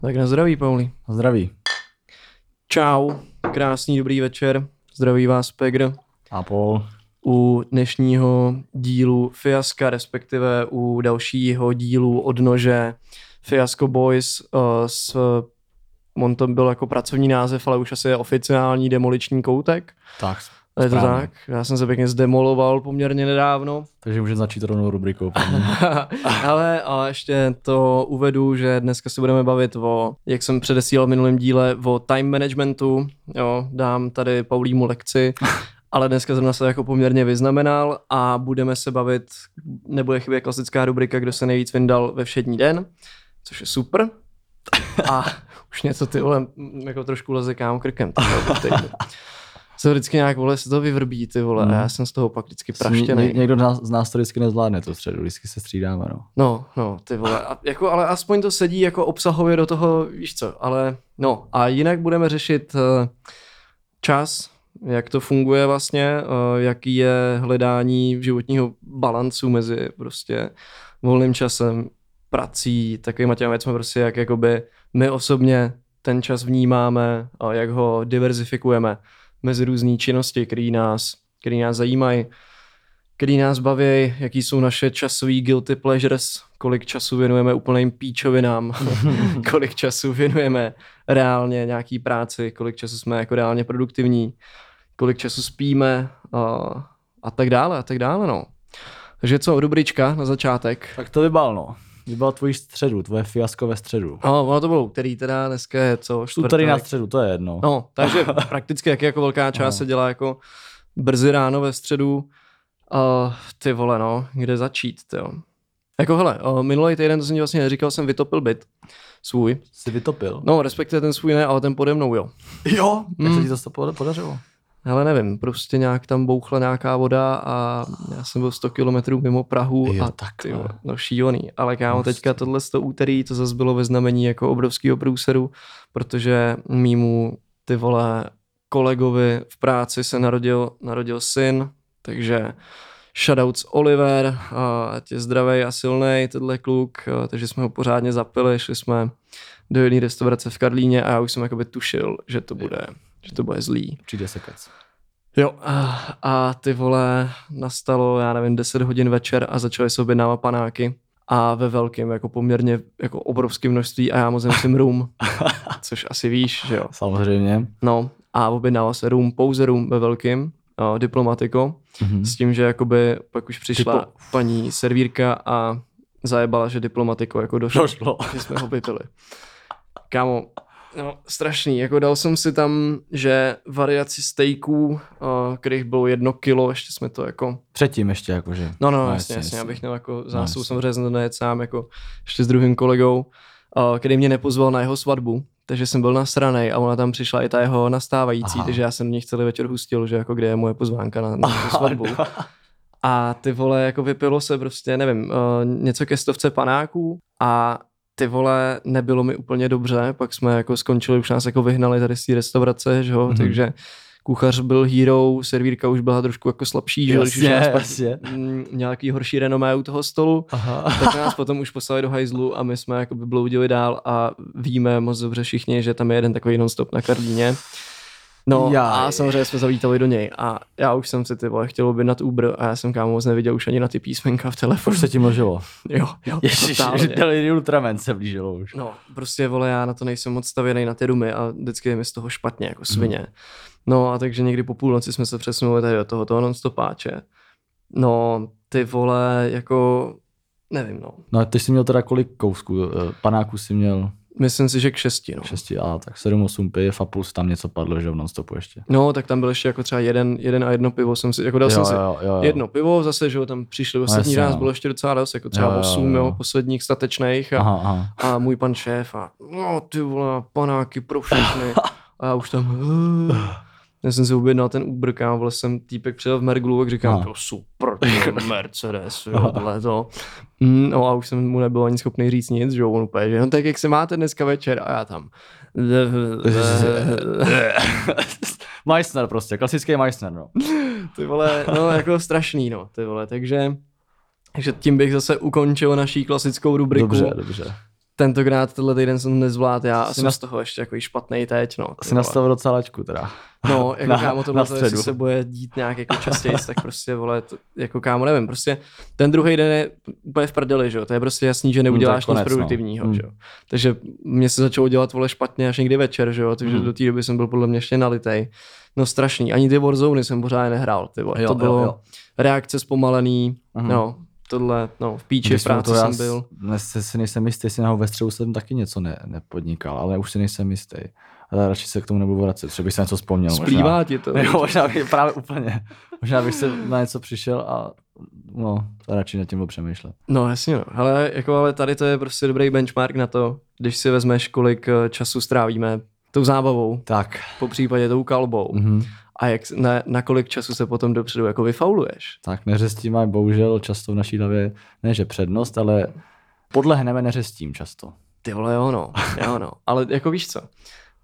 Tak na zdraví, Pauli. Zdraví. Čau, krásný dobrý večer. Zdraví vás Pegr. A Paul. U dnešního dílu Fiaska, respektive u dalšího dílu Odnože Fiasko Boys on to byl jako pracovní název, ale už asi je oficiální demoliční koutek. Tak, je to tak? Já jsem se pěkně zdemoloval poměrně nedávno. Takže můžeme začít rovnou rubrikou. Ale ještě to uvedu, že dneska se budeme bavit o, jak jsem předesílal v minulém díle, o time managementu. Jo, dám tady Paulímu lekci, ale dneska zrovna se jako poměrně vyznamenal a budeme se bavit, nebude chybět klasická rubrika, kdo se nejvíc vyndal ve všední den, což je super. A už něco ty vole, jako trošku leze kámo krkem. Se vždycky nějak, vole, se to vyvrbí, ty vole, a já jsem z toho pak vždycky praštěnej. Někdo z nás to vždycky nezvládne to středu, vždycky se střídáme, no. No, ty vole, ale aspoň to sedí jako obsahově do toho, víš co, ale no, a jinak budeme řešit čas, jak to funguje vlastně, jaký je hledání životního balancu mezi prostě volným časem, prací, takovýma těma věcmi prostě, jak jakoby my osobně ten čas vnímáme a jak ho diverzifikujeme mezi různý činnosti, který nás zajímají, který nás baví, jaký jsou naše časový guilty pleasures, kolik času věnujeme úplným píčovinám, kolik času věnujeme reálně nějaký práci, kolik času jsme jako reálně produktivní, kolik času spíme a tak dále, no. Takže co, rubrička na začátek? Tak to vybal, no. Vybal tvoji středu, tvoje fiasko ve středu. No, ono to bylo úterý teda, dneska je co, čtvrtek. Úterý na středu, to je jedno. No, takže prakticky jak jako velká část se dělá jako brzy ráno ve středu. Ty vole, no, kde začít, tyjo. Jako hele, minulý týden, to jsem ti vlastně neříkal, jsem vytopil byt svůj. Jsi vytopil? No, respektive ten svůj ne, ale ten pode mnou, jo. Jo? Jak se ti to podařilo? Hele, nevím, prostě nějak tam bouchla nějaká voda a já jsem byl 100 kilometrů mimo Prahu jo, a tyjo, no šílený. Ale kámo, teďka tohle úterý, to zase bylo ve znamení jako obrovského průseru, protože mýmu ty vole kolegovi v práci se narodil syn, takže shoutouts Oliver, ať je zdravej a silnej tenhle kluk, takže jsme ho pořádně zapili, šli jsme do jedné restaurace v Karlíně a já už jsem jakoby tušil, že to bude zlý. Přijde se kec. Jo, a ty vole, nastalo, já nevím, 10 hodin večer a začaly se objednávat panáky a ve velkém, jako poměrně jako obrovské množství a já moc nemusím rum, což asi víš, že jo. Samozřejmě. No a objednával se rum, pouze rum ve velkém, Diplomatiko, s tím, že jakoby pak už přišla paní servírka a zajebala, že Diplomatiko jako došlo. Že jsme ho vypili. Kámo, no strašný, jako dal jsem si tam, že variaci steaků, kterých bylo 1 kilo, ještě jsme to jako... Předtím ještě jakože. No, jasně, abych měl jako zásobu, samozřejmě jsem to nejet sám, jako ještě s druhým kolegou, který mě nepozval na jeho svatbu, takže jsem byl nasranej a ona tam přišla i ta jeho nastávající, takže já jsem do nich celý večer hustil, že jako kde je moje pozvánka na svatbu. A ty vole, jako vypilo se prostě, nevím, něco ke 100 panáků a ty vole, nebylo mi úplně dobře, pak jsme jako skončili, už nás jako vyhnali tady z té restaurace, že jo, takže kuchař byl hero, servírka už byla trošku jako slabší, že když už nás nějaký horší renomé u toho stolu, tak nás potom už poslali do hajzlu a my jsme jako by bloudili dál a víme moc dobře všichni, že tam je jeden takový non-stop na Karlíně. No a samozřejmě jsme zavítali do něj a já už jsem si ty vole chtěl objednat Uber a já jsem kámo moc neviděl už ani na ty písmenka v telefonu. Už se ti mlžilo. Jo. Ježiš, že Ultraman se blížilo už. No, prostě vole, já na to nejsem moc stavěnej na ty rumy a vždycky je mi z toho špatně, jako svině. No a takže někdy po půlnoci jsme se přesunuli tady do toho non-stopáče. No, ty vole, jako, nevím, no. No a ty jsi měl teda kolik kousků? Panáků jsi měl? Myslím si, že k 6, no. 6, tak 7-8 piv a plus tam něco padlo, že v non-stopu ještě. No, tak tam byl ještě jako třeba jeden a jedno pivo jsem si, jako dal jsem si jedno pivo, zase, že jo, tam přišli ostatní ráz, bylo ještě docela dost, jako třeba 8, jo, posledních statečných a můj pan šéf a no ty vole, panáky pro všechny a já už tam já jsem si objednal ten Uber, kámo, vole jsem týpek přijel v Merglu, tak říkám, to super, Mercedes, jo, to. No a už jsem mu nebyl ani schopný říct nic, že jo, on úplně, že no tak jak se máte dneska večer a já tam. Meissner prostě, klasický Meissner, no. Ty vole, no jako strašný, no, ty vole, takže tím bych zase ukončil naší klasickou rubriku. Dobře. tentokrát tenhle týden jsem nezvládl, já jsem z toho ještě jako špatnej teď, no. Asi nastavil docela laťku teda. No, jako kámo, tohle jestli se bude dít nějak jako častěji, tak prostě, vole, jako kámo, nevím, prostě ten druhý den je úplně v prdeli, že jo, to je prostě jasný, že neuděláš nic produktivního, že jo. Takže mě se začalo dělat, vole, špatně až někdy večer, že jo, takže do té doby jsem byl podle mě ještě nalitej. No strašný, ani ty Warzone jsem pořád nehrál, ty vole, to bylo reakce zpomalený, no. Tohle, no, v píči v práci jsem byl. Dnes si nejsem jistý, jestli ve středu jsem taky něco nepodnikal, ale už si nejsem jistý. Ale radši se k tomu nebudu vracet, třeba bych se něco vzpomněl. Splývá ti to. Jo, možná bych právě úplně. Možná bych se na něco přišel a no, radši nad tím budu přemýšlet. No jasně, no. Ale tady to je prostě dobrý benchmark na to, když si vezmeš, kolik času strávíme tou zábavou. Tak. Po případě tou kalbou. A na kolik času se potom dopředu jako vyfauluješ. Tak neřestím má bohužel často v naší hlavě, ne že přednost, ale podlehneme neřestím často. Ty vole, jo no. Ale jako víš co,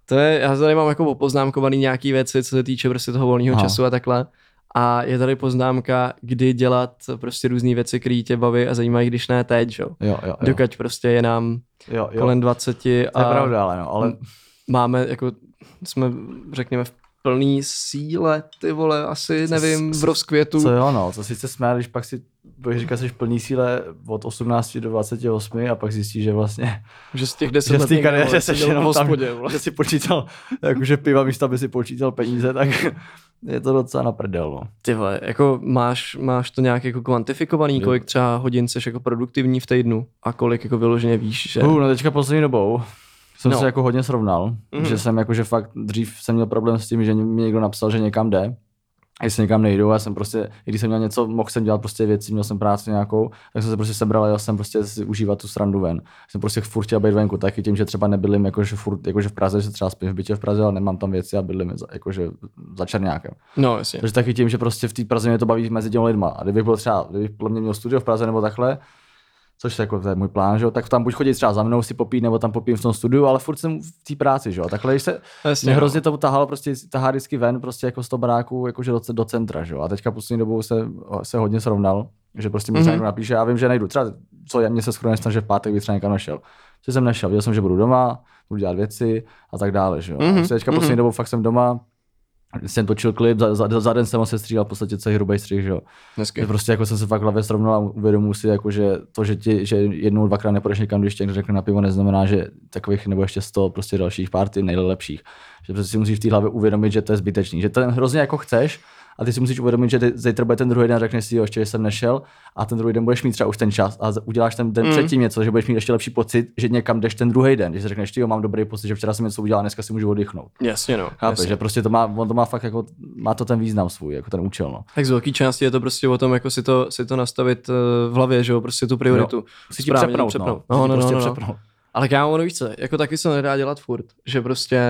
já tady mám jako opoznámkovaný nějaký věci, co se týče prostě toho volného času a takhle. A je tady poznámka, kdy dělat prostě různé věci, které tě baví a zajímají, když ne teď, jo. Dokud prostě je nám kolem 20 a... To je pravda, ale máme jako, jsme řekněme v plný síle, ty vole, asi nevím, v rozkvětu. Co jo, no, to sice jsme, když pak si budeš říkat, jsi v plný síle od 18 do 28 a pak zjistíš, že vlastně že z těch 10 let kariéře seš jenom tam, že si počítal, jakože piva místo, aby si počítal peníze, tak je to docela na prdel, no. Ty vole, jako máš to nějak jako kvantifikovaný, kolik třeba hodin seš jako produktivní v týdnu a kolik jako vyloženě víš, že... No teďka poslední dobou jsem se jako hodně srovnal, že jsem jakože fakt dřív jsem měl problém s tím, že mi někdo napsal, že někam jde, a jestli někam nejdu, já jsem prostě, i když jsem měl něco, mohl jsem dělat prostě věci, měl jsem práci nějakou, tak jsem se prostě sebral a jel jsem prostě si užívat tu srandu ven. Jsem prostě furt chtěl být venku, taky tím, že třeba nebydlím jakože furt, jakože v Praze, že třeba spím v bytě v Praze, ale nemám tam věci a bydlím jakože za Černákem. No, jasně. Takže taky tím, že prostě v té Praze mě to baví mezi těmi lidma. A kdybych podle mě měl studio v Praze nebo takhle, což je jako to je můj plán, že jo, tak tam buď chodit třeba za mnou si popít, nebo tam popím v tom studiu, ale furt jsem v té práci, že jo. Takhle když se mě hrozně to tahalo, prostě tahá vždycky ven, prostě jako z toho baráku, jakože do centra, že jo. A teďka poslední dobou se hodně srovnal, že prostě mi někdo napíše, já vím, že nejdu. Třeba mě se skoro nestane, že v pátek bych třeba někam nešel. Že jsem nešel, věděl jsem, že budu doma, budu dělat věci a tak dále, že jo. A teďka poslední dobou fakt jsem doma. Jsem točil klip, za den jsem se stříhal v podstatě celý hrubý střih, že jo. Prostě jako jsem se fakt v hlavě srovnal a uvědomuji si, jako, že to, že jednou, dvakrát nepůjdeš někam, když tě někdo řekne na pivo, neznamená, že takových nebo ještě 100 prostě dalších party nejlepších. Že prostě si musíš v té hlavě uvědomit, že to je zbytečný, že to hrozně jako chceš. A ty si musíš uvědomit, že zítra bude ten druhý den, řekneš si, jo, ještě jsem nešel, a ten druhý den budeš mít třeba už ten čas a uděláš ten den předtím něco, že budeš mít ještě lepší pocit, že někam jdeš ten druhý den, že si řekneš, jo, mám dobrý pocit, že včera jsem něco udělal, dneska si můžu oddychnout. Jasně, no. Chápeš, že prostě on to má fakt jako, má to ten význam svůj, jako ten účel, no. Tak z velké části je to prostě o tom, jako si to nastavit v hlavě, že jo, prostě tu prioritu. Musíš ti přepnout. No. Ale kámo, víš co, jako taky se nedá dělat furt, že prostě,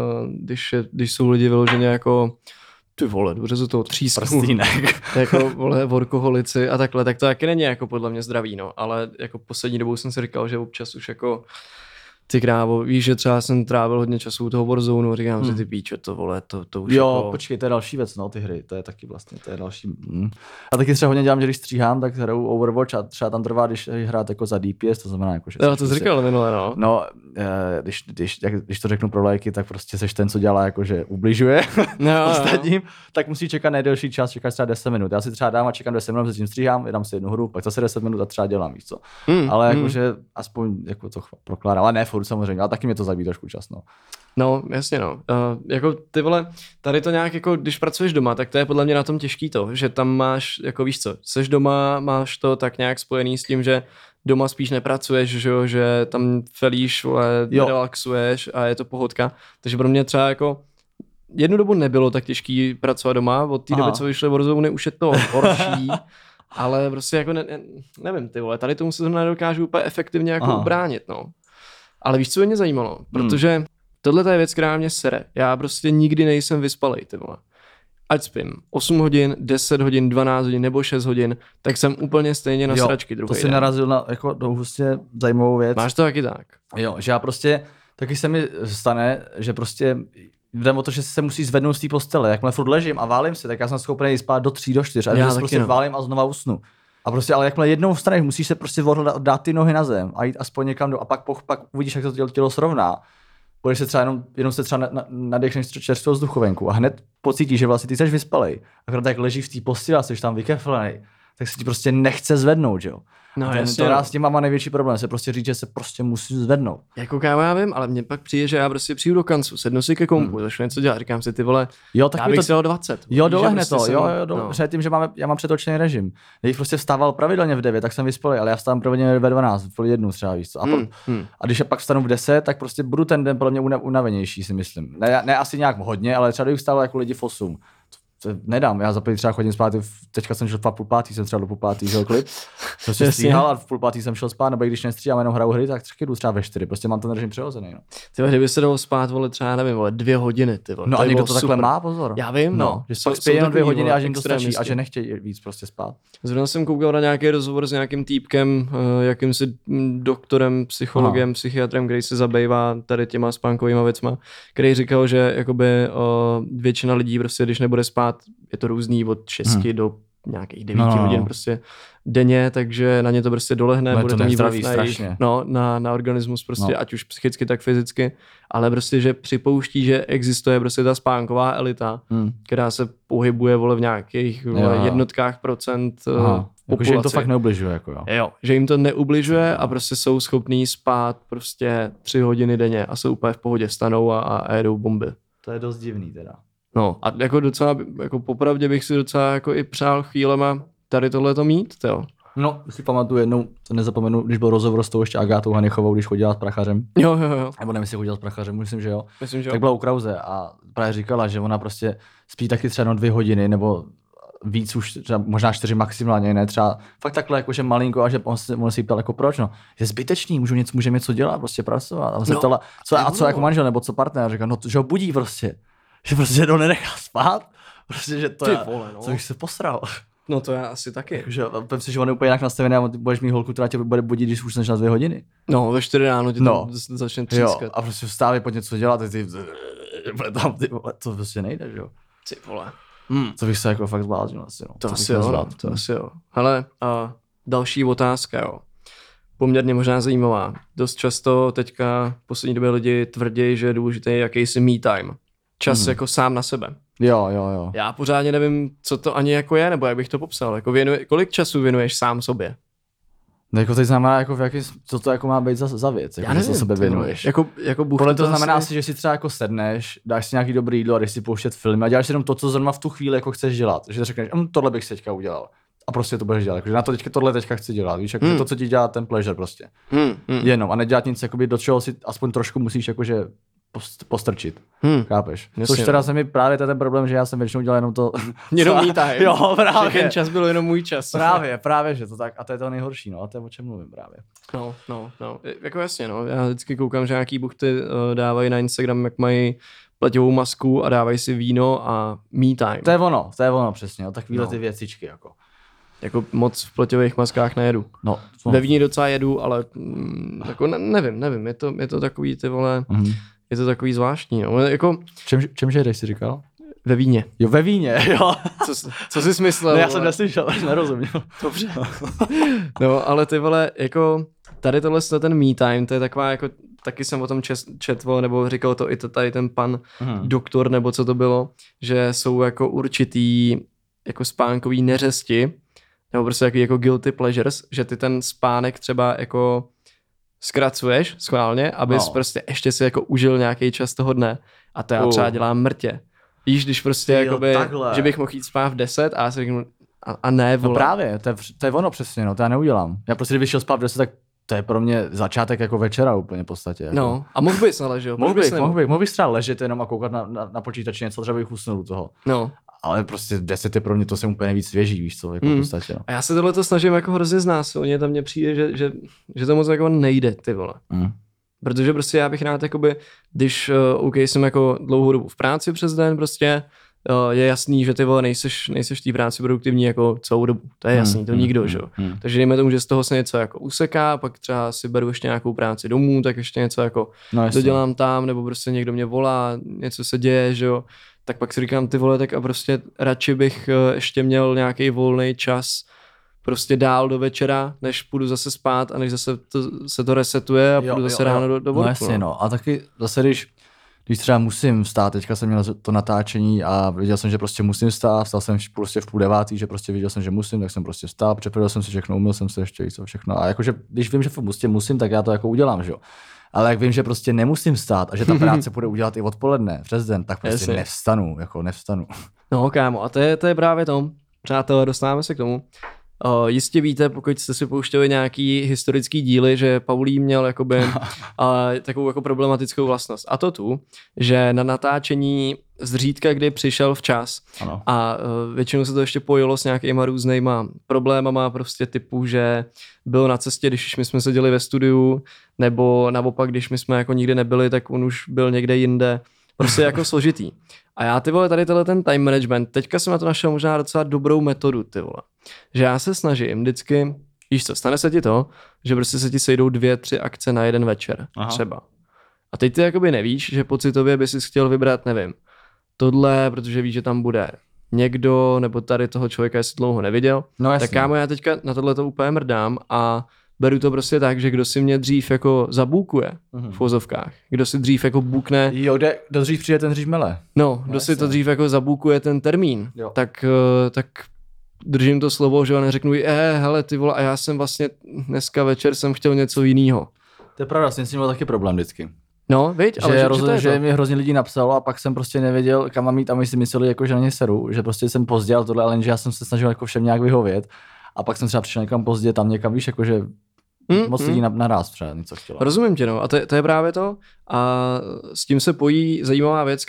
když jsou lidi vyloženě jako ty vole, dobře se toho třísknu. Jako vole, workoholici a takhle, tak to taky není jako podle mě zdravý, no, ale jako poslední dobou jsem si říkal, že občas už jako ty krávo, víš, že třeba jsem trávil hodně času u toho Warzone, říkám si ty píče, to vole, to už jo, jako... počkej, to je další věc, no, ty hry, to je taky vlastně, to je další. A taky třeba hodně dělám, že když stříhám, tak hraju Overwatch a třeba tam trvá, když hrát jako za DPS, to znamená jako, že... Jo, to jsi říkal minule, no. No, když to řeknu pro lajky, tak prostě seš ten, co dělá, jakože ubližuje ostatním, tak musí čekat nejdelší čas, čekat třeba 10 minut. Já si třeba dám a čekám 10 minut, se tím stříhám, dám si jednu hru, pak zase 10 minut a třeba dělám, víš co. Ale jakože aspoň jako to prokládám, ale ne furt samozřejmě, ale taky mě to zabíjí trošku čas, no. No, jasně no. Jako ty vole, tady to nějak jako, když pracuješ doma, tak to je podle mě na tom těžký to, že tam máš, jako víš co, seš doma, máš to tak nějak spojený s tím, že doma spíš nepracuješ, že tam felíš, relaxuješ a je to pohodka. Takže pro mě třeba jako jednu dobu nebylo tak těžký pracovat doma, od té doby, co vyšly Warzone, už je to horší. Ale prostě jako nevím, ty vole, tady tomu se to nedokážu úplně efektivně jako ubránit, no. Ale víš, co mě zajímalo? Protože tohle je věc, která mě sere. Já prostě nikdy nejsem vyspalej, ty vole. Ať spím 8 hodin, 10 hodin, 12 hodin nebo 6 hodin, tak jsem úplně stejně na sračky druhý den. To si narazil na jako hustě zajímavou věc. Máš to taky tak? Jo, že já prostě, taky se mi stane, že prostě jde o to, že se musí zvednout z té postele. Jakmile furt ležím a válím se, tak já jsem schopný spát do 3, do 4 a já prostě válím a znova usnu. A prostě, ale jakmile jednou vstaneš, musíš se prostě dát ty nohy na zem a jít aspoň někam a pak uvidíš, jak to tělo srovná. Budeš se třeba jenom se třeba nadechneš čerstvou vzduchovenku a hned pocítíš, že vlastně ty jsi vyspalej. Akorát jak ležíš v té posteli a jsi tam vykeflenej, tak se ti prostě nechce zvednout, jo. No, to já s tím mám největší problém, se prostě říct, že se prostě musím zvednout. Jako kámo, já vím, ale mně pak přijde, že já prostě přijdu do kanclu, sednu si ke kompu, začnu něco dělat, říkám si ty vole, jo, tak já bych si dal 20. Jo, dolehne prostě to, před tím, že já mám předočný režim. Když prostě vstával pravidelně v 9, tak jsem vyspalý, ale já vstávám pravidelně ve 12, v 1 třeba, víš co. A když já pak vstanu v 10, tak prostě budu ten den podle mě unavenější, si myslím. Ne asi nějak hodně, ale třeba kdybych vstával jako lidi v 8. To nedám, já za třeba chodím spát, teďka jsem šel v 4:30, jsem třeba do 4:30, žil klip, jsem se stříhal a v 4:30 jsem šel spát, nebo i když nestříhám, jenom hraju hry, tak jdu třeba ve 4, prostě mám ten režim přirozený. No. Ty kdyby se dalo spát, vole, třeba nevím, vole, 2 hodiny, ty vole. No a někdo to takhle má, pozor. Já vím, no. Že pak spí jenom 2 hodiny a že jim to stačí a že nechtějí víc prostě spát. Zrovna jsem koukal na nějaký rozhovor s nějakým týpkem, jakýmsi doktorem, psychologem, psychiatrem, který se zabývá tady těma spánkovýma věcma, který říkal, že jakoby většina lidí prostě, když nebude spát, je to různý od 6 do nějakých 9 hodin prostě denně, takže na ně to prostě dolehne, bude to mít vliv na organismus prostě, ať už psychicky, tak fyzicky, ale prostě, že připouští, že existuje prostě ta spánková elita, která se pohybuje, vole, v nějakých jednotkách procent populace. Že jim to fakt neubližuje, jako jo. Že jim to neubližuje a prostě jsou schopní spát prostě 3 hodiny denně a jsou úplně v pohodě, vstanou a jedou bomby. To je dost divný teda. No a jako docela, jako popravdě bych si docela jako i přál chvílema tady tohleto mít, jo. No, si pamatuju jednou, to nezapomenu, když byl rozhovor s tou ještě Agátou Hanichovou, když chodila s Prachařem. Jo. Nebo nevím, jestli chodila s Prachařem, myslím, že jo. Myslím, že jo. Tak byla u Krause a právě říkala, že ona prostě spí taky třeba 2 hodiny, nebo víc už, třeba možná 4 maximálně, ne, třeba fakt takhle jakože malinko a že on si ptal jako proč, no, je zbytečný, můžeme něco dělat, prostě pracovat. A se ptala, co jako manžel, nebo co partner, a říká, no to, že ho budí prostě. Že prostě to nenechá spát, prostě, že to co bych se posral. No to já asi taky. Že vem si, že on je úplně jinak nastavený a budeš mít holku, která tě bude budit, když už na 2 hodiny. No, ve 4 ráno ti to začne třískat. Jo, a prostě vstávej, pojď něco dělat, ty to prostě nejde, že jo. Ty vole. To bych se jako fakt zbláznil asi, no. To asi jo. Hele, další otázka, jo. Poměrně možná zajímavá. Dost často teďka v poslední době lidi tvrdí, že je důležitý jakýsi me time. Čas jako sám na sebe. Jo. Já pořádně nevím, co to ani jako je, nebo jak bych to popsal. Jako kolik času věnuješ sám sobě? No jako teď znamená, jako co to jako má být za věc, jako, já nevím, že se sebe věnuješ. Jako podle to znamená asi, že si třeba jako sedneš, dáš si nějaký dobrý jídlo a jdeš si pouštět film a děláš si jenom to, co zrovna v tu chvíli jako chceš dělat. Že řekneš, tohle bych si teďka udělal. A prostě to budeš dělat. Jakože na to tohle teďka chci dělat. Víš, jako to, co ti dělá ten pleasure prostě. Jenom a nedělat nic, jakoby, do čeho si aspoň trošku musíš jakože postrčit. Chápeš? Jasně, což teda se mi právě ten problém, že já jsem většinou dělal jenom to. Jenom me time. Jo, právě. Ten čas byl jenom můj čas. Právě, že to tak. A to je to nejhorší, no. A to je o čem mluvím právě. No. Jako jasně, no. Já vždycky koukám, že nějaký buchty dávají na Instagram, jak mají pleťovou masku a dávají si víno a me time. To je ono přesně. No. Takovýhle ty věcičky, jako. Jako moc v pleťových maskách nejedu. Ve víně docela jedu, ale jako nevím. Je to takový, ty vole, je to takový zvláštní, no. Jako, čemže jedeš, jsi říkal? Ve víně. Jo, ve víně, jo. Co jsi myslel? Ne, já jsem neslyšel, nerozuměl. Dobře. No, ale ty vole, jako tady tohle ten me time, to je taková jako, taky jsem o tom četl, nebo říkal to i tady ten pan doktor, nebo co to bylo, že jsou jako určitý jako spánkový neřesti, nebo prostě jako guilty pleasures, že ty ten spánek třeba jako zkracuješ schválně, abys prostě ještě si jako užil nějaký čas toho dne. A to já třeba dělám mrtě. Víš, když prostě jakoby, že bych mohl jít spát v 10 a já si řeknu, a ne, vole. No právě, to je ono přesně, no, to já neudělám. Já prostě, když šel spát v 10, tak to je pro mě začátek jako večera úplně v podstatě. Jako. No, a mohl bys ale, že jo? Mohl bych třeba ležet jenom a koukat na počítači něco, třeba bych usnul u toho. No. Ale prostě 10 je pro mě, to jsem úplně nejvíc svěží, víš co, jako v podstatě. No. A já se tohleto snažím jako hrozně znásilnit, tam mně přijde, že to moc jako nejde, ty vole. Protože prostě já bych rád, jakoby, když jsem jako dlouhou dobu v práci přes den prostě, je jasný, že ty vole nejseš v té práci produktivní jako celou dobu. To je jasný, to nikdo, že jo. Takže dejme tomu, že z toho se něco jako useká, pak třeba si beru ještě nějakou práci domů, tak ještě něco jako dodělám tam, nebo prostě někdo mě volá, něco se děje, že jo. Tak pak si říkám, ty vole, tak a prostě radši bych ještě měl nějaký volný čas prostě dál do večera, než půjdu zase spát a než zase se to resetuje a půjdu zase ráno do worku. No jasně, no. A taky zase, když třeba musím vstát, teďka jsem měl to natáčení a věděl jsem, že prostě musím vstát, vstal jsem prostě v 8:30, že prostě věděl jsem, že musím, tak jsem prostě vstál, připravil jsem si všechno, umyl jsem se ještě všechno a jakože, když vím, že musím, tak já to jako udělám, že jo. Ale jak vím, že prostě nemusím vstát a že ta práce bude udělat i odpoledne, přes den, tak prostě nevstanu. No kámo, a to je právě to, přátelé, dostáváme se k tomu. Jistě víte, pokud jste si pouštěli nějaký historický díly, že Paulí měl jakoby takovou jako problematickou vlastnost. A to tu, že na natáčení zřídka, kdy přišel včas a většinou se to ještě pojilo s nějakýma různýma problémama, prostě typu, že byl na cestě, když my jsme seděli ve studiu, nebo naopak, když my jsme jako nikdy nebyli, tak on už byl někde jinde. Prostě jako složitý. A já, ty vole, tady ten time management, teďka jsem na to našel možná docela dobrou metodu, ty vole. Že já se snažím vždycky, víš co, stane se ti to, že prostě se ti sejdou 2-3 akce na jeden večer, třeba. A teď ty jakoby nevíš, že pocitově by si chtěl vybrat, nevím, tohle, protože víš, že tam bude někdo, nebo tady toho člověka, jestli dlouho neviděl. No tak kámo, já teďka na tohle to úplně mrdám a beru to prostě tak, že kdo si mě dřív jako zabůkuje v vozovkách, kdo si dřív jako bukne. Jo, kdo dřív přijde, ten dřív mele. No, kdo si to dřív jako zabůkuje ten termín, tak držím to slovo, že neřeknu, hele ty vole, a já jsem vlastně dneska večer jsem chtěl něco jiného. To je pravda, jsem s tím měl taky problém vždycky. No, viď? Že mi hrozně lidí napsalo a pak jsem prostě nevěděl, kam mám jít a my si mysleli, jako, že na ně seru, že prostě jsem pozdě, ale tohle, ale že já jsem se snažil jako všem nějak vyhovět a pak jsem třeba přišel někam pozdě, tam někam, víš, jakože moc lidí naráz třeba něco chtělo. Rozumím tě, no. A to je právě to. A s tím se pojí zajímavá věc,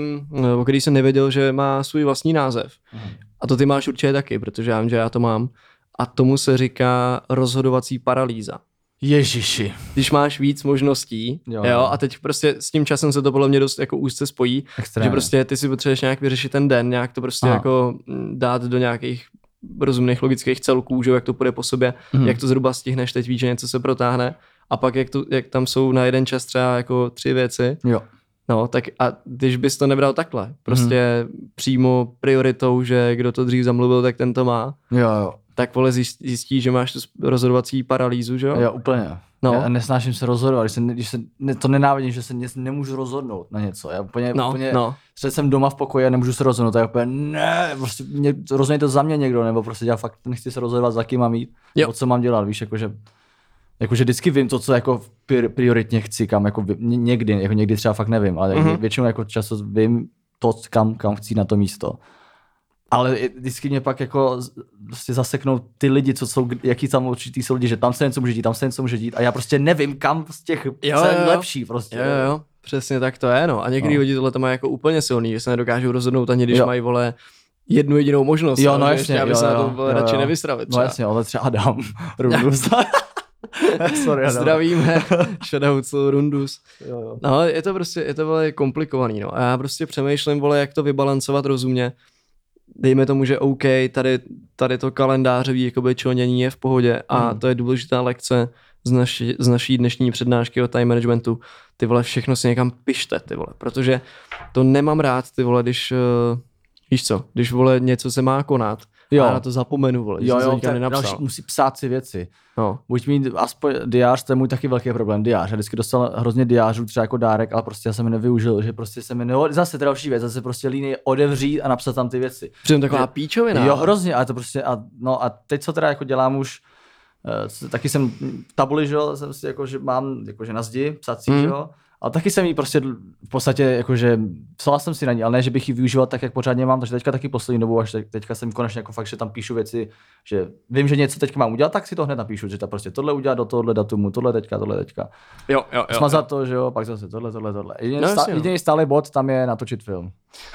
o který jsem nevěděl, že má svůj vlastní název. A to ty máš určitě taky, protože já vím, že já to mám. A tomu se říká rozhodovací paralýza. Ježiši. Když máš víc možností, jo, a teď prostě s tím časem se to podle mě dost jako úzce spojí, extrémně. Že prostě ty si potřebuješ nějak vyřešit ten den, nějak to prostě jako dát do nějakých rozumných logických celků, že jak to půjde po sobě, jak to zhruba stihneš, teď víš, že něco se protáhne a pak jak tam jsou na jeden čas třeba jako 3 věci. Jo. No, tak a když bys to nebral takhle, prostě přímo prioritou, že kdo to dřív zamluvil, tak ten to má. Jo. Tak vole zjistí, že máš tu rozhodovací paralýzu, že jo? Jo, úplně. No. Já nesnáším se rozhodovat, to nenávidím, že se nemůžu rozhodnout na něco. Já úplně třeba jsem doma v pokoji a nemůžu se rozhodnout, tak úplně ne, prostě rozhodně to za mě někdo, nebo prostě já fakt nechci se rozhodovat, za kým mám jít, nebo co mám dělat, víš, jakože vždycky vím to, co jako prioritně chci, kam jako někdy třeba fakt nevím, ale většinou jako často vím to, kam chci na to místo. Ale vždycky mě pak jako prostě zaseknou ty lidi, co jsou, jaký tam určitý jsou lidi, že tam se něco může dít, tam se něco může dít a já prostě nevím, kam z těch je lepší prostě. Jo, přesně tak to je, no. A někdy lidi tohle to mají jako úplně silný, že se nedokážou rozhodnout ani když mají, vole, jednu jedinou možnost. Jo, no jasně, aby se na to radši nevystravit. No jasně, ale třeba Adam Rundus. Sorry, zdravíme, shoutouts Rundus. Jo. No, je to vole komplikovaný, no. A já prostě přemýšlím, vole, jak to vybalancovat rozumně. Dejme tomu, že OK, tady to kalendářový jakoby členění je v pohodě a to je důležitá lekce z naší dnešní přednášky o time managementu. Ty vole, všechno si někam pište, ty vole, protože to nemám rád, ty vole, když, víš co, když vole něco se má konat, a já na to zapomenu, vole, že jsem to nenapsal. Musí psát si věci. No. Buď mít aspoň diář, to je můj taky velký problém, diář. Já vždycky dostal hrozně diářů třeba jako dárek, ale prostě já jsem je nevyužil, že prostě jsem je zase další věc, zase prostě línej odevřít a napsat tam ty věci. Přitom taková píčovina. Jo, hrozně, ale to prostě, a teď co teda jako dělám už, taky jsem v tabuli, že jo, jsem si jakože mám jakože na zdi, psací, že jo, ale taky jsem jí prostě v podstatě jakože psala jsem si na ní, ale ne, že bych ji využíval tak, jak pořádně mám, takže teďka taky poslední dobu, až teďka jsem konečně jako fakt, že tam píšu věci, že vím, že něco teďka mám udělat, tak si to hned napíšu, že ta prostě tohle udělat do tohle datumu, tohle teďka. Jo. Smazat to, že jo, pak zase tohle. Jediný stále bod tam je natočit film.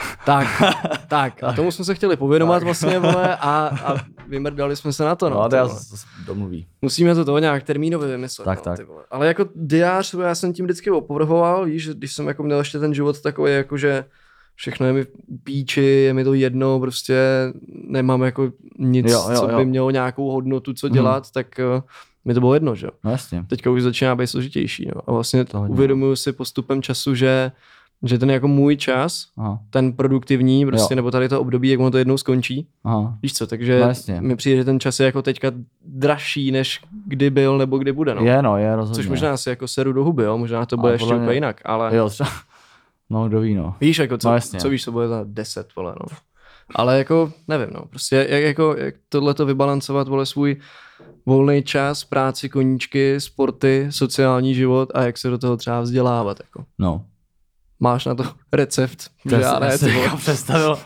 Tak, a tomu jsme se chtěli pověnovat vlastně, vole, a vymrdali jsme se na to, no. No, to já domluví. Musíme to nějak termínově vymyslet. Tak. Ty vole. Ale jako diář, já jsem tím vždycky opovrhoval, víš, když jsem jako měl ještě ten život takový, jako že všechno je mi v píči, je mi to jedno, prostě nemám jako nic, co by mělo nějakou hodnotu, co dělat, tak mi to bylo jedno, že jo. No jasně. Teďka už začíná být složitější, no. A vlastně uvědomuju si postupem času, že že ten jako můj čas, ten produktivní, prostě, nebo tady to období, jak ono to jednou skončí. Víš co, takže mi přijde, že ten čas je jako teďka dražší, než kdy byl, nebo kdy bude, no. Je rozhodně. Což možná si jako seru do huby, jo, možná to bude ještě úplně jinak, ale... Jo, třeba, no, kdo ví, no. Víš, jako co víš, co bude za 10, vole, no. Ale jako, nevím, no, prostě jak tohleto vybalancovat, vole, svůj volný čas, práci, koníčky, sporty, sociální život a jak se do toho třeba vzdělávat, jako. No. Máš na to recept? Já jsem představil,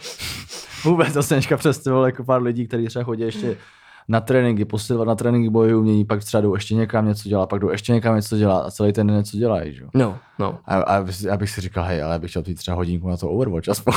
vůbec to jsem představil jako pár lidí, kteří třeba chodí ještě na tréninky, posilovat na tréninky bojové umění, pak třeba jdou ještě někam něco dělat, pak jdou ještě někam něco dělat a celý ten den něco dělají, že? No. A bych si říkal, hej, ale já bych chtěl třeba hodinku na to Overwatch aspoň.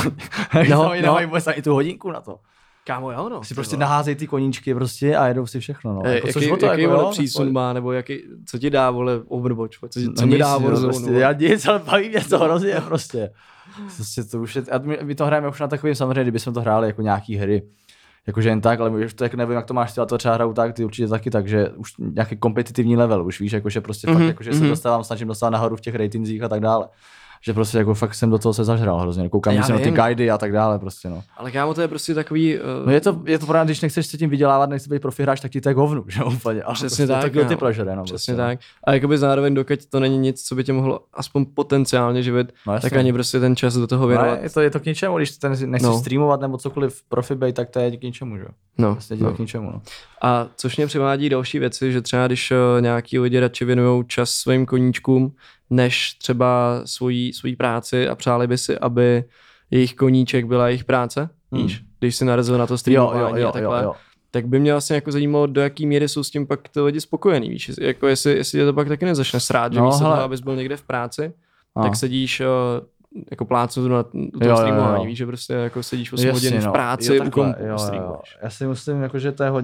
Nemají vůbec ani tu hodinku na to. Kámo, jo, no. Si prostě naházej ty koníčky prostě a jedou si všechno, no. Jaký přísun má, nebo co ti dá, vole, Overwatch, co mi dá Warzone. Prostě, já nic, ale baví mě to hrozně prostě. Prostě to už je, a my to hrajeme už na takovým, samozřejmě, kdybychom to hráli jako nějaký hry, jakože jen tak, ale už to jak nevím, jak to máš, to třeba hraju tak, ty určitě taky tak, že už nějaký kompetitivní level, už víš, jakože prostě fakt, jakože se snažím dostávat nahoru v těch ratingzích a tak dále. Že prostě jako fakt jsem do toho se zažral hrozně, koukám se na ty guidy a tak dále prostě, no. Ale kámo, to je prostě takový... No je to právě, když nechceš se tím vydělávat, nechceš být profi hráč, tak ti to je hovnu, že úplně. Přesně prostě tak, ty pleasure, no. Přesně tak. A jakoby zároveň, dokud to není nic, co by tě mohlo aspoň potenciálně živit, tak ani prostě ten čas do toho věnovat. No, je to k ničemu, když nechceš streamovat nebo cokoliv profi bej, tak to je k ničemu, že? No. Vlastně to k ničemu, no. A což mě přivádí další věci, že třeba když nějaký lidi radši věnují čas svým koníčkům, než třeba svojí práci a přáli by si, aby jejich koníček byla jejich práce, víš, když si narazil na to streamování a takhle, tak by mě vlastně jako zajímalo, do jaký míry jsou s tím pak ty lidi spokojený, víš, jako jestli tě to pak taky nezačne srát, že místo toho, abys byl někde v práci, tak sedíš jako plácu na tom streamování, víš, že prostě jako sedíš 8 hodin v práci u kompu streamuješ. Já si myslím, jako, že to je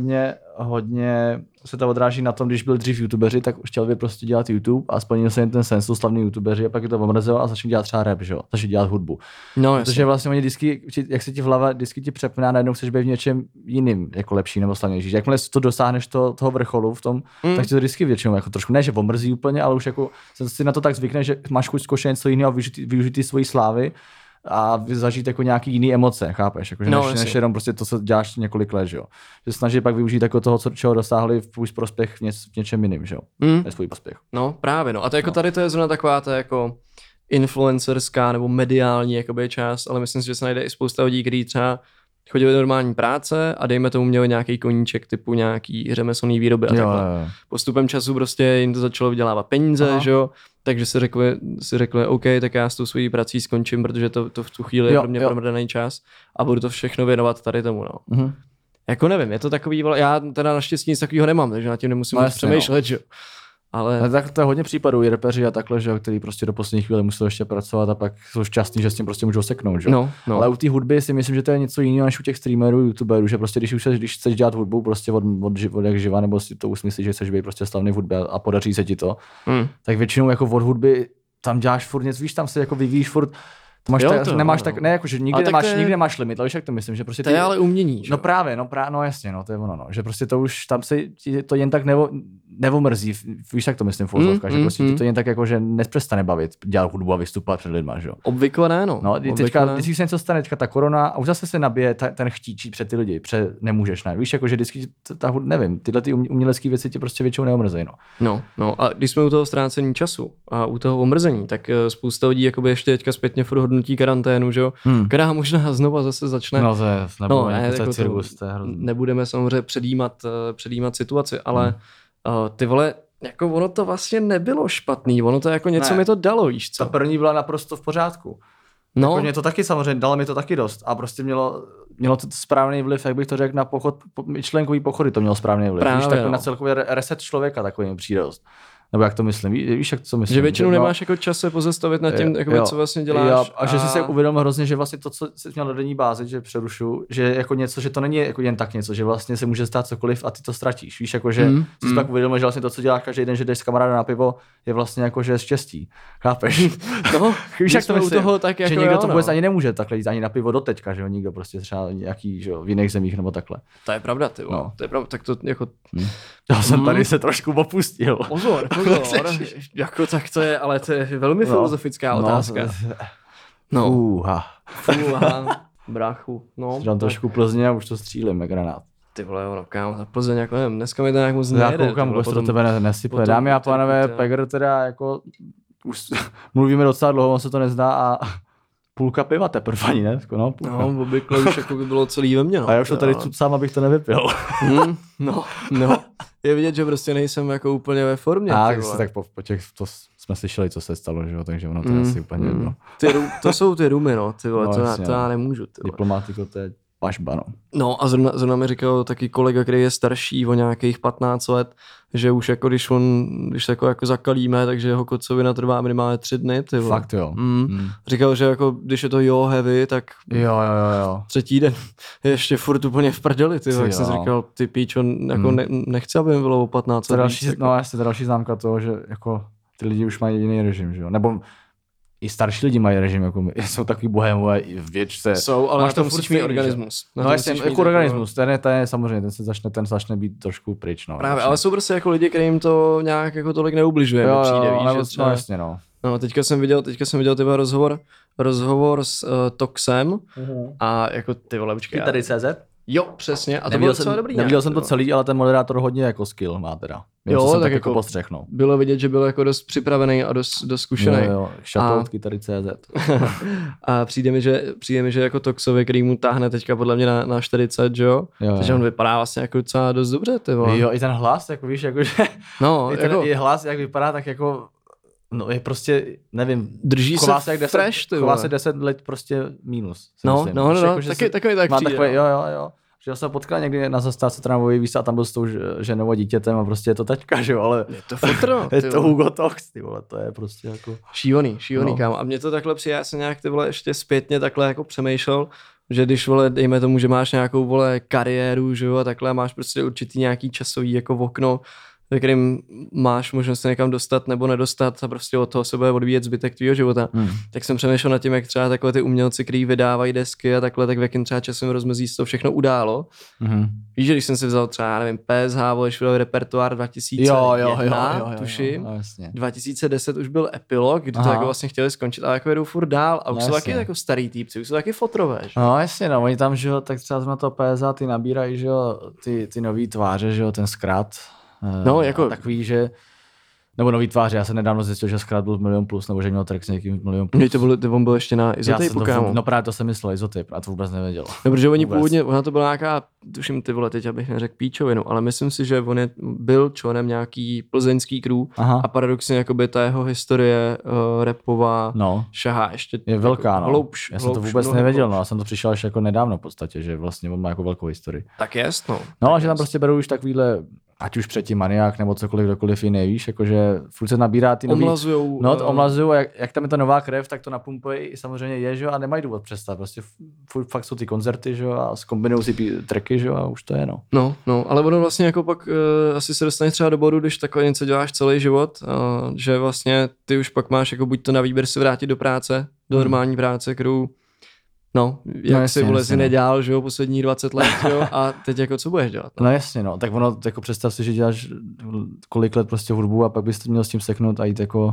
hodně se to odráží na tom, když byl dřív youtubeři, tak chtěl by prostě dělat YouTube a splnil se jen ten sen, jsou slavní youtubeři a pak je to omrzelo a začali dělat třeba rap, že jo, začali dělat hudbu. No, protože vlastně oni vždycky, jak se ti v hlava vždycky ti přepne a najednou chceš být v něčem jiným, jako lepší nebo slavnější. Jakmile to dosáhneš toho vrcholu v tom, tak ti to vždycky většinou jako trošku ne, že omrzí úplně, ale už jako si na to tak zvykne, že máš chuť zkoušet něco jiného a využít ty svoji slávy a zažít jako nějaký jiný emoce, chápeš? Jako, že než jenom prostě to, co děláš několik let, že jo. Že snaží pak využít jako toho, čeho dosáhli v tvůj prospěch v něčem jiným, že jo. Ve svůj prospěch. No, právě, no. A to jako tady to je zrovna taková ta jako influencerská nebo mediální jakoby část, ale myslím si, že se najde i spousta lidí, kteří třeba chodili do normální práce a dejme tomu měli nějaký koníček typu nějaký řemeslný výroby a takhle. Postupem času prostě jim to začalo vydělávat peníze, že jo, takže si řekli, OK, tak já s tou svojí prací skončím, protože to v tu chvíli je pro mě promrdaný čas a budu to všechno věnovat tady tomu, no. Jako nevím, je to takový, já teda naštěstí nic takového nemám, takže na tím nemusím přemýšlet, že jo. Ale tak to je hodně případů, i repeři a takhle, že, který prostě do poslední chvíle museli ještě pracovat a pak jsou šťastní, že s tím prostě můžou seknout, že? No. Ale u té hudby si myslím, že to je něco jiného než u těch streamerů, youtuberů, že prostě když chceš dělat hudbu prostě od jak živa, nebo si to usmyslíš, že chceš být prostě slavný v hudbě a podaří se ti to, tak většinou jako od hudby tam děláš furt něco, víš, tam se jako vyvíjíš furt. To máš nemáš tak, ne, jako, že nikdy nemáš limit, ale víš, jak to myslím, že prostě to je ale umění, že? No právě, no jasně, no to je ono, no, že prostě to už, tam se to jen tak nevomrzí, víš, jak to myslím v úzovkách, že prostě to jen tak jako, že nepřestane bavit, dělat hudbu a vystupovat před lidma, že jo. Obvykle ne, no. No, vždycky se něco stane, teďka ta korona a už zase se nabije ten chtíč před ty lidi, nemůžeš, ne, víš, jako, že vždycky nevím, tyhle ty umělecké věci tě prostě většinou neomrzejí, no. No, a když jsme u toho ztrácení času a u toho omrzení, tak spousta lidí jakoby ještě teďka zpětně furt hodnotí karanténu, že jo, která možná znova zase začne. Nebudeme samozřejmě předjímat situaci, ale ty vole, jako ono to vlastně nebylo špatný, ono to jako něco mi to dalo, víš co? Ta první byla naprosto v pořádku. No. Jako mě to taky samozřejmě, dalo mi to taky dost a prostě mělo to správný vliv, jak bych to řekl, na myšlenkový pochody to mělo správný vliv. Právě, víš, tak na celkově reset člověka takový mi přijde dost. Nebo jak to myslím, víš, jak to myslím. Že většinou nemáš jako čas se pozastavit nad tím, co vlastně děláš. A že jsi se uvědomil hrozně, že vlastně to, co jsi měl na denní bázi, že přerušu, že jako něco, že to není jako jen tak něco, že vlastně se může stát cokoliv a ty to ztratíš. Víš, jako že jsi pak uvědomil, že vlastně to, co děláš každý den, že jdeš s kamarádem na pivo, je vlastně jako že štěstí. Chápeš? No, víš, jak to myslím, toho, tak jako že nikdo to vůbec ani nemůže takhle jít ani na pivo do teďka, že jo, nikdo prostě třeba nějaký, že jo, v jiných zemích nebo takhle. To je pravda, ty. No. To je pravda, tak to jako já jsem tady se trošku opustil. Pozor. Jako tak to je, ale to je velmi filozofická otázka. No. Fúha. Bráchu. No. Dám trošku Plzně a už to střílím, jak granát. Ty vole, ono, kámo, ta Plzeň, jako nevím, dneska mi to nějak moc Já nejde. koukám, vůbec to do tebe nesype. Dámy a pánové, Pegr teda jako, už mluvíme docela dlouho, on se to nezdá a půlka piva teprve ani, ne? No, no, obvykle už jako by bylo celý ve mně, no. A já už to tady sám, abych to nevypil. No. Je vidět, že prostě nejsem jako úplně ve formě. Tak po těch, to jsme slyšeli, co se stalo, že jo, takže ono to je asi úplně jedno. To jsou ty rumy, no, ty vole, to já nemůžu, ty vole. Diplomatiko, to je pašba, no. No a zrovna mi říkal taky kolega, který je starší o nějakých 15 let, že už jako když se jako zakalíme, takže jeho kocovina trvá minimálně 3 dny, ty vole. Fakt jo. Říkal, že jako když je to heavy, tak jo. 3. den je ještě furt úplně v prdeli, ty, jak jsem říkal, ty píčo, jako nechci, aby mi bylo o 15 let. No jasně, další známka toho, že jako ty lidi už mají jiný režim, že jo, nebo i starší lidi mají režim, jako my, jsou takový bohémové v věčce. Jsou, ale máš to musíš mít organismus. No jasně, jako organismus, ten je samozřejmě, ten začne být trošku pryč, no. Právě, ale jsou prostě jako lidi, kterým to nějak jako tolik neubližuje, jo, přijde, víš, že třeba... No jasně, no. No, teďka jsem viděl tyhle rozhovor s Toxem a jako ty vole, počkej. Tady CZ? Jo, přesně. A to bylo docela dobrý. Neviděl jsem to celý, ale ten moderátor hodně jako skill má teda. Jo, tak jako postřeh, no. Bylo vidět, že byl jako dost připravený a dost zkušený. Jo, šatoutky tady CZ. A přijde mi, že jako Toxovi, který mu táhne teďka podle mě na 40, jo? Takže on vypadá vlastně jako docela dost dobře, ty vole. Jo, i ten hlas, jako víš, jakože... No, i hlas, jak vypadá, tak jako... No je prostě, nevím, drží se fresh, ty vole. Chová se 10 let prostě mínus. No, taky tak přijde. Takový, jo. Že jsem potkal někdy na zastávce tramvajové výstav a tam byl s tou ženou a dítětem a prostě je to taťka, že jo, ale... Je to fotro. Je to Hugo Tox, ty vole, to je prostě jako... Šílený, kámo. A mě to takhle přijde, já jsem nějak ty vole ještě zpětně takhle jako přemýšlel, že když vole, dejme tomu, že máš nějakou vole kariéru, že jo, a takhle máš prostě určitý nějaký časový jako okno, ve kterým máš možnost se někam dostat nebo nedostat a prostě od toho se bude odvíjet zbytek tvýho života. Tak jsem přemýšlel nad tím, jak třeba takové ty umělci, kteří vydávají desky a takhle, tak v jakým třeba časovém rozmezí se to všechno událo. Víš, že když jsem si vzal třeba, nevím, PSH, vole, repertoár 2001, tuším, 2010 už byl epilog, kdy to jako vlastně chtěli skončit, ale jako jedou furt dál a už jsou taky jako starý týpci, už jsou taky fotrové. Že? No jasně, no, oni tam, že jo, tak třeba na to PSH ty nabírají, že jo, ty nový tváře, že jo, ten zkrat. No, jako takový, že nebo nový tváře, já jsem nedávno zjistil, že zkrát byl 1 milion plus, nebo že měl track s někým 1 milion plus. On byl ještě na Izotypu, kámo. No právě to jsem myslel, Izotyp, a to vůbec nevěděl. No, protože oni původně, ona to byla nějaká, tuším ty vole, teď abych neřekl píčovinu, ale myslím si, že on byl členem nějaký plzeňský crew a paradoxně jakoby ta jeho historie rapová šahá ještě. Je velká, jako, no. Hloubš, já jsem to vůbec nevěděl, no, já jsem to přišel až jako nedávno v podstatě, že vlastně on má jako velkou historii. Tak jest, no. No, ale že tam prostě berou už takovýhle, ať už předtím Maniak nebo cokoliv, kdokoliv jiný, víš, jakože furt se nabírá ty nový... Omlazujou, jak tam je ta nová krev, tak to napumpují, samozřejmě je, že jo, a nemají důvod přestat, prostě fakt jsou ty koncerty, že jo, a zkombinují si tracky, že jo, a už to je, no. No, ale ono vlastně jako pak asi se dostaneš třeba do bodu, když takhle něco děláš celý život, že vlastně ty už pak máš jako buď to na výběr se vrátit do práce, do normální práce, kterou jak si vole si nedělal, že jo, poslední 20 let, jo, a teď jako co budeš dělat? No jasně, no, tak ono, jako představ si, že děláš kolik let prostě hudbu a pak bys měl s tím seknout a jít jako...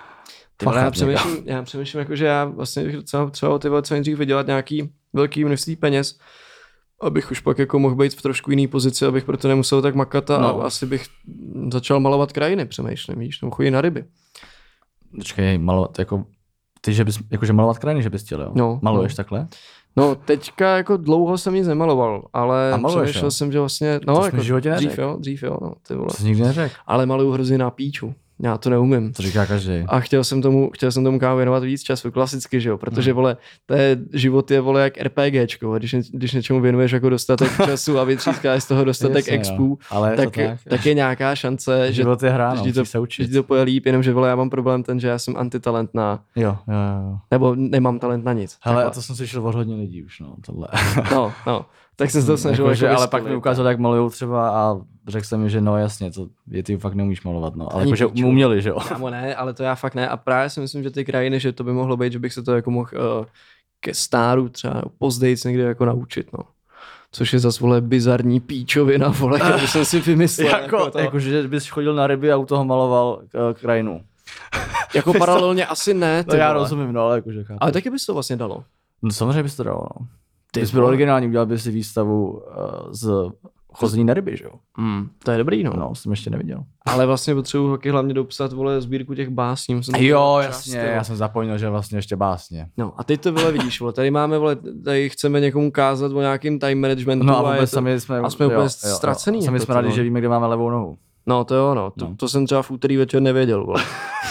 Já přemýšlím, jako, že já vlastně bych třeba ty co nejdřív vydělat nějaký velký množství peněz, abych už pak jako mohl být v trošku jiný pozici, abych proto nemusel tak makat a asi bych začal malovat krajiny, přemýšlím, víš, nebo chodit na ryby. Počkej, malovat jako... Ty, že bys, jakože malovat krajiny, že bys chtěl, jo? No, maluješ takhle? No, teďka jako dlouho jsem nic nemaloval, ale přemýšlel jsem, že vlastně, no, jako dřív jo, no, ty vole. To jsi nikdy neřekl. Ale maluju hrozně na píču. Já to neumím. To říká každý. A chtěl jsem tomu kámo věnovat víc času, klasicky, že jo, protože vole, život je vole jak RPGčko, a když něčemu věnuješ jako dostatek času a vytřískáš z toho dostatek expů, tak je nějaká šance, že život je hra, no, že ti to poje líp, jenomže vole, já mám problém ten, že já jsem antitalent na... Jo. Nebo nemám talent na nic. Hele, a to jsem slyšel od hodně lidí už, no, tohle. No. Tak jsem se to snažil. Jako, ale pak mi ukázal, jak malujou třeba a řekl jsem mi, že no jasně, ty fakt neumíš malovat, no. Ale jakože uměli, že jo. Kámo ne, ale to já fakt ne. A právě si myslím, že ty krajiny, že to by mohlo být, že bych se to jako mohl ke stáru třeba pozdejc někde jako naučit, no. Což je zas, vole, bizarní píčovina, vole, kterou jsem si vymyslel. Jako že bys chodil na ryby a u toho maloval krajinu. Jako paralelně asi ne, ty No já vole. rozumím, no, ale jakože chápu. Ale taky bys to vlastně dalo. No samozřejmě bys to dalo, no. Ty Ty bys byl vole. originální, udělal bys si výstavu z chození na ryby, že jo? To je dobrý, no. No, jsem ještě neviděl. Ale vlastně potřebuji taky hlavně dopsat, vole, sbírku těch básní. Musím to Jo, udělat jasně, čas, já jsem zapomněl, že vlastně ještě básně. No a teď to, vole, vidíš, vole, tady máme, vole, tady chceme někomu kázat o nějakým time managementu. No a je vůbec to, sami jsme, a jsme úplně ztracený. Sami jako jsme to, rádi, no. že víme, kde máme levou nohu. No to jo, no. To jsem třeba v úterý večer nevěděl, vole.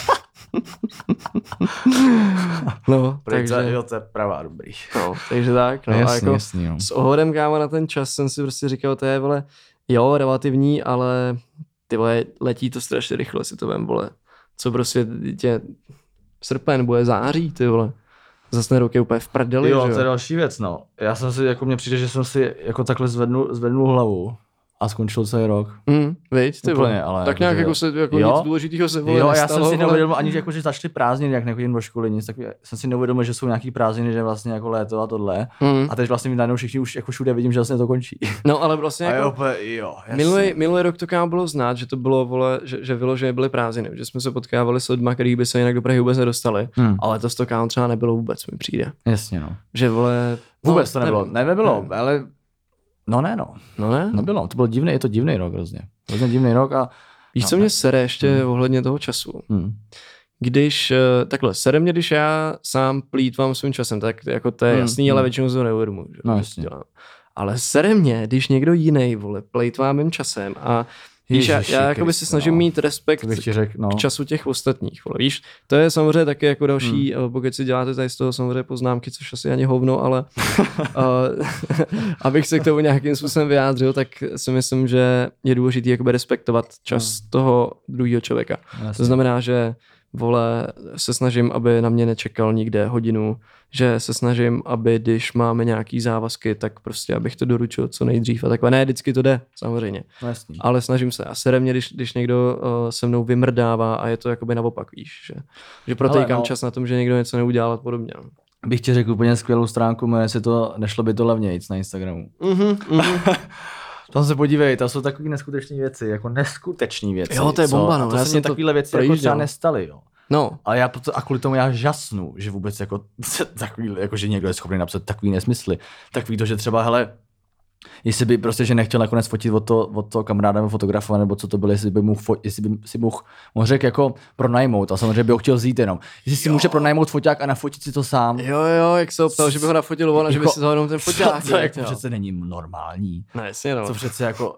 No, takže, Jo, to je pravá, dobrý. no, takže tak, no, Jasný, a jako jasný, jo. s ohledem, kámo, na ten čas jsem si prostě říkal, to je, vole, jo, relativní, ale ty vole, letí to strašně rychle, si to vem, vole. Co prostě tě srpen, bude září, ty vole. Zas ten rok je úplně v prdeli, Jo, že to je další věc, no. Já jsem si, jako mně přijde, že jsem si jako takhle zvednul hlavu a skončil celý rok. Viď, ty Úplně, vole. ale Tak nějak jakože- jako se, jako jo? nic důležitýho se, vole, Jo, já nestalo, jsem si vole. neuvědomil ani, jako, že začaly prázdniny, jak nechodím do školy, nic takového. Jsem si neuvědomil, že jsou nějaký prázdniny, že vlastně jako léto a tohle. A teď vlastně najednou všichni už jako všude vidím, že vlastně to končí. No, ale vlastně A jako... jo, úplně, jo, jasně. Minulý rok to kámo bylo znát, že to bylo, vole, že vyloženě byly prázdniny, že jsme se potkávali s lidma, kteří by se jinak do Prahy vůbec nedostali, ale to kámo třeba nebylo vůbec, mi přijde. Jasně, no. Že vole... Vůbec to nebylo, nevím. nebylo, ale no ne, no. No ne? Nebylo, to byl divný, je to divný rok hrozně. Hrozně divný rok a... Víš, co mě sere ještě ohledně toho času? Když, takhle, sere mě, když já sám plýtvám svým časem, tak jako to je jasný, ale většinou to neuvědomuji. že No, to jasně. dělám. Ale sere mě, když někdo jiný, vole, plejtvá mým časem a víš, Ježiši já jakoby si Kriste, snažím no. mít respekt To bych ti řekl, no. k času těch ostatních, vole, víš, to je samozřejmě taky jako další, pokud si děláte tady z toho samozřejmě poznámky, což asi ani hovno, ale abych se k tomu nějakým způsobem vyjádřil, tak si myslím, že je důležité jakoby respektovat čas toho druhého člověka. Jasně. To znamená, že vole, se snažím, aby na mě nečekal nikde hodinu, že se snažím, aby když máme nějaký závazky, tak prostě abych to doručil co nejdřív a takhle. Ne, vždycky to jde, samozřejmě. No, jasný. Ale snažím se. A sere mě, když někdo se mnou vymrdává a je to jakoby naopak, víš, že protejkám čas na tom, že někdo něco neudělal a podobně. Bych ti řekl úplně skvělou stránku, jmenuje se to Nešlo by to levnějc na Instagramu. Tam se podívej, tam jsou takové neskutečné věci, jako neskutečné věci. Jo, to je bomba, no. A to Já se jsem mě to takovéhle věci jako projížděl. třeba nestaly, jo. No, Ale já a kvůli tomu já žasnu, že vůbec jako takový, jako že někdo je schopný napsat takový nesmysly. Takový to, že třeba, hele, jestli by prostě, že nechtěl nakonec fotit od toho kamaráda nebo fotografa, nebo co to bylo, jestli by si mohl řekl jako pronajmout, a samozřejmě by ho chtěl vzít jenom. Jestli si může pronajmout foťák a nafotit si to sám. jo, jak se optal, že by ho nafotil on a že by Jako, si to jenom ten foťák. To jako přece není normální. No, jasně, no. To přece jako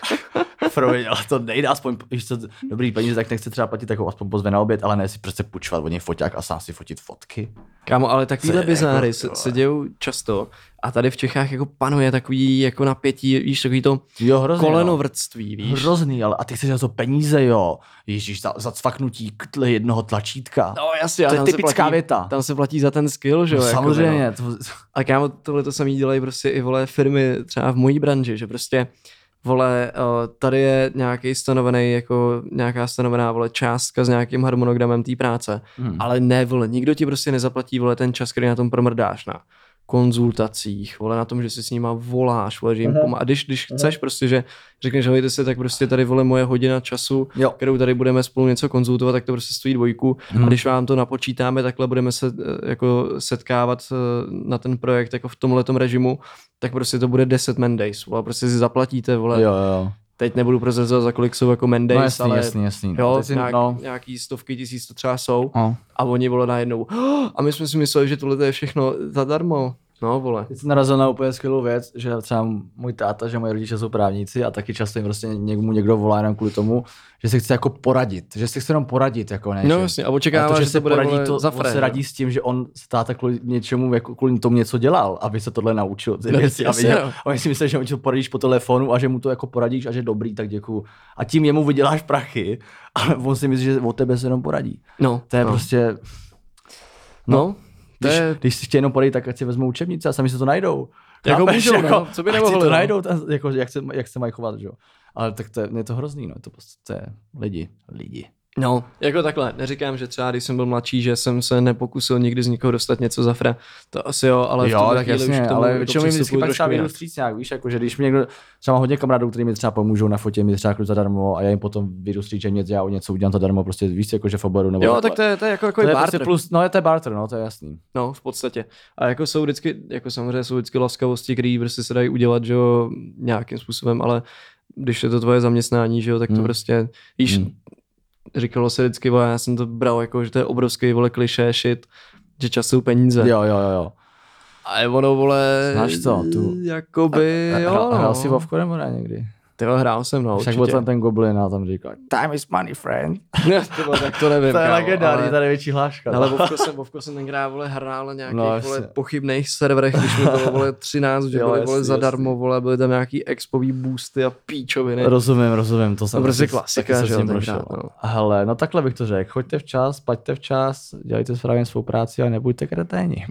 promiň, ale to nejde aspoň, víš co, dobrý peníze, tak nechce třeba platit jako aspoň pozve na oběd, ale ne si přece půjčovat od něj foťák a sám si fotit fotky. Kámo, ale takovýhle Co je bizáry jako, se dějou často a tady v Čechách jako panuje takový jako napětí, víš, takový to Jo, hrozný, kolenovrtství, víš. Hrozný, ale a ty chceš za to peníze, jo. Ježíš, za cvaknutí jednoho tlačítka. No jasně, To je tam se typická platí, věta. Tam se platí za ten skill, že jo. No, jakoby, samozřejmě. no. A kámo, tohle to samý dělají prostě i vole firmy třeba v mojí branži, že prostě vole, tady je nějaký stanovený, jako nějaká stanovená vole částka s nějakým harmonogramem té práce, ale ne vole, nikdo ti prostě nezaplatí vole ten čas, který na tom promrdáš na konzultacích, vole, na tom, že si s nima voláš, vole, že jim pomáháš. A když chceš prostě, že řekneš, hejte si, tak prostě tady vole moje hodina času, Jo. kterou tady budeme spolu něco konzultovat, tak to prostě stojí dvojku. A když vám to napočítáme, takhle budeme se jako setkávat na ten projekt jako v tomhletom režimu, tak prostě to bude 10 man days, vole, prostě si zaplatíte, vole. Jo. Teď nebudu prozrazovat, za kolik jsou jako man days, No jasný, ale jasný. jo, Teď nějaký stovky tisíc to třeba jsou. No. A oni vole najednou, a my jsme si mysleli, že tohle je všechno zadarmo. No vole. Teď jsi narazil na úplně skvělou věc, že třeba můj táta, že moje rodiče jsou právníci a taky často jim prostě někdo volá jenom kvůli tomu, že se chce jako poradit, že se chce jenom poradit jako ne. No jasně, a očekává, že se bude poradí, vole, za on fré, se radí s tím, že on se táta kvůli něčemu, jako kvůli tomu něco dělal, aby se tohle naučil. Ty No, věci, jasně, a oni si myslí, že on ti to poradíš po telefonu a že mu to jako poradíš a že dobrý, tak děkuju. A tím jemu vyděláš prachy, ale on si myslí, že od tebe se jenom poradí. No, To je prostě... No, to je... Když si chtějí jenom poradit, tak ať si vezmou učebnice a sami se to najdou. Jako Chápeš? můžou, no, co by ať si nemohli, to no. najdou, jako, jak se mají chovat, že jo. Ale tak to je hrozný, no, to je lidi. No, jako takhle, neříkám, že třeba když jsem byl mladší, že jsem se nepokusil nikdy z nikoho dostat něco za fra, to asi jo, ale v tuhle chvíli už k tomu ale většinou mi vždycky pak třeba vyjdu jinak. vstříc nějak, víš, jako, že když mi někdo, třeba hodně kamarádů, kteří mi třeba pomůžou na fotě, mi třeba zadarmo a já jim potom vyjdu vstříc, že já něco udělám zadarmo, prostě víš, jako že v oboru nebo jo, tak to je jako to je barter. prostě plus, no je to barter, no, to je jasný. No, v podstatě. A jako jsou vždycky, jako samozřejmě jsou vždycky laskavosti, které prostě se dají udělat, že jo, nějakým způsobem, ale když je to tvoje zaměstnání, že jo, tak to prostě, víš, říkalo se vždycky, vole, já jsem to bral jako, že to je obrovský, vole, klišé shit, že čas jsou peníze. Jo. A ono, vole, znáš co, tu jakoby, jo, hrál si Vovku nebo ne někdy? Tyhle hrál jsem, no, Však byl tam ten goblin a tam říkal, time is money, friend. Tyhle, tak to nevím, To je kámo, legendární, ale- ta největší hláška. Ale Vovko jsem tenkrát, vole, hrál na nějakých, No, vole, jasně. pochybných serverech, když mi bylo, vole, 13, že Jo, byly, jasně, vole, jasně. zadarmo, vole, byly tam nějaký expový boosty a píčoviny. Rozumím, to jsem No, prostě taky- klasika, taky se že s jo, tím prošel. tenkrát, no. Hele, no takhle bych to řekl, choďte včas, plaťte včas, dělejte správně svou práci a nebuďte kreténi.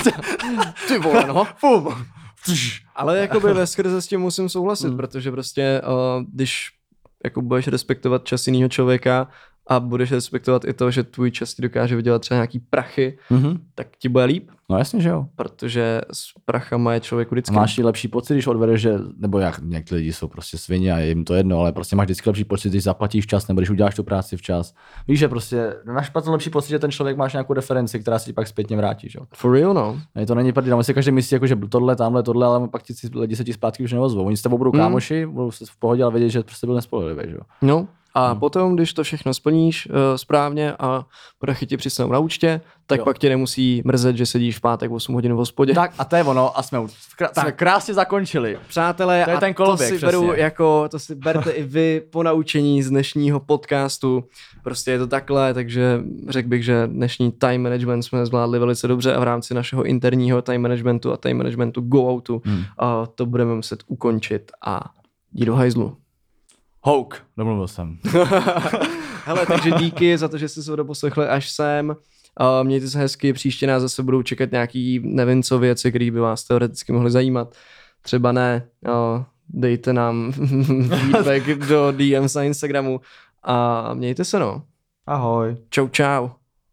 Ty vole, no. Fum. Ale jakoby veskrze s tím musím souhlasit, protože prostě, když jako budeš respektovat čas jiného člověka a budeš respektovat i to, že tvůj čas ti dokáže vydělat třeba nějaký prachy, tak ti bude líp, No jasně, že jo. protože s prachama je člověk vždycky. Máš i lepší pocit, když odvedeš, že, nebo jak někteří lidi jsou prostě svině a je jim to jedno, ale prostě máš vždycky lepší pocit, když zaplatíš včas nebo když uděláš tu práci včas. Víš, že prostě máš potom lepší pocit, že ten člověk máš nějakou referenci, která si ti pak zpětně vrátí, že jo. For real, no. A to není prdel, si každý myslí, jako, že tohle, tamhle, tohle, ale pak ti lidi se ti zpátky už neozvou. Oni s tebou budou kámoši, budou se v pohodě, ale vědět, že prostě byl nespolehlivý, že jo. No. A potom, když to všechno splníš správně a prachy ti přistanou na účtě, tak Jo. pak tě nemusí mrzet, že sedíš v pátek 8 hodin v hospodě. Tak a to je ono a jsme krásně zakončili. Přátelé, To je ten koloběh, to si přesně. beru jako, to si berte i vy po naučení z dnešního podcastu. Prostě je to takhle, takže řekl bych, že dnešní time management jsme zvládli velice dobře a v rámci našeho interního time managementu a time managementu go-outu to budeme muset ukončit a jít do hajzlu. Houk, domluvil jsem. Hele, takže díky za to, že jste se ho doposlechli až sem. Mějte se hezky, příště nás zase budou čekat nějaký nevím co věci, které by vás teoreticky mohly zajímat. Třeba ne, dejte nám feedback do DMs na Instagramu a mějte se, no. Ahoj. Čau, čau.